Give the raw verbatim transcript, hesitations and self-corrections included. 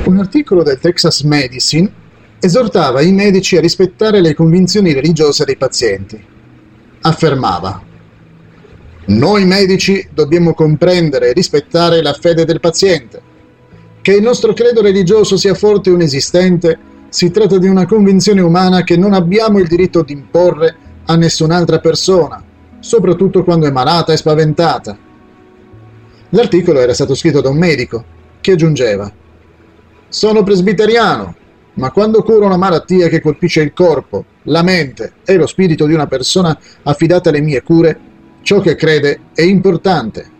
Un articolo del Texas Medicine esortava i medici a rispettare le convinzioni religiose dei pazienti. Affermava: «Noi medici dobbiamo comprendere e rispettare la fede del paziente. Che il nostro credo religioso sia forte o inesistente, si tratta di una convinzione umana che non abbiamo il diritto di imporre a nessun'altra persona, soprattutto quando è malata e spaventata». L'articolo era stato scritto da un medico, che aggiungeva: «Sono presbiteriano, ma quando curo una malattia che colpisce il corpo, la mente e lo spirito di una persona affidata alle mie cure, ciò che crede è importante».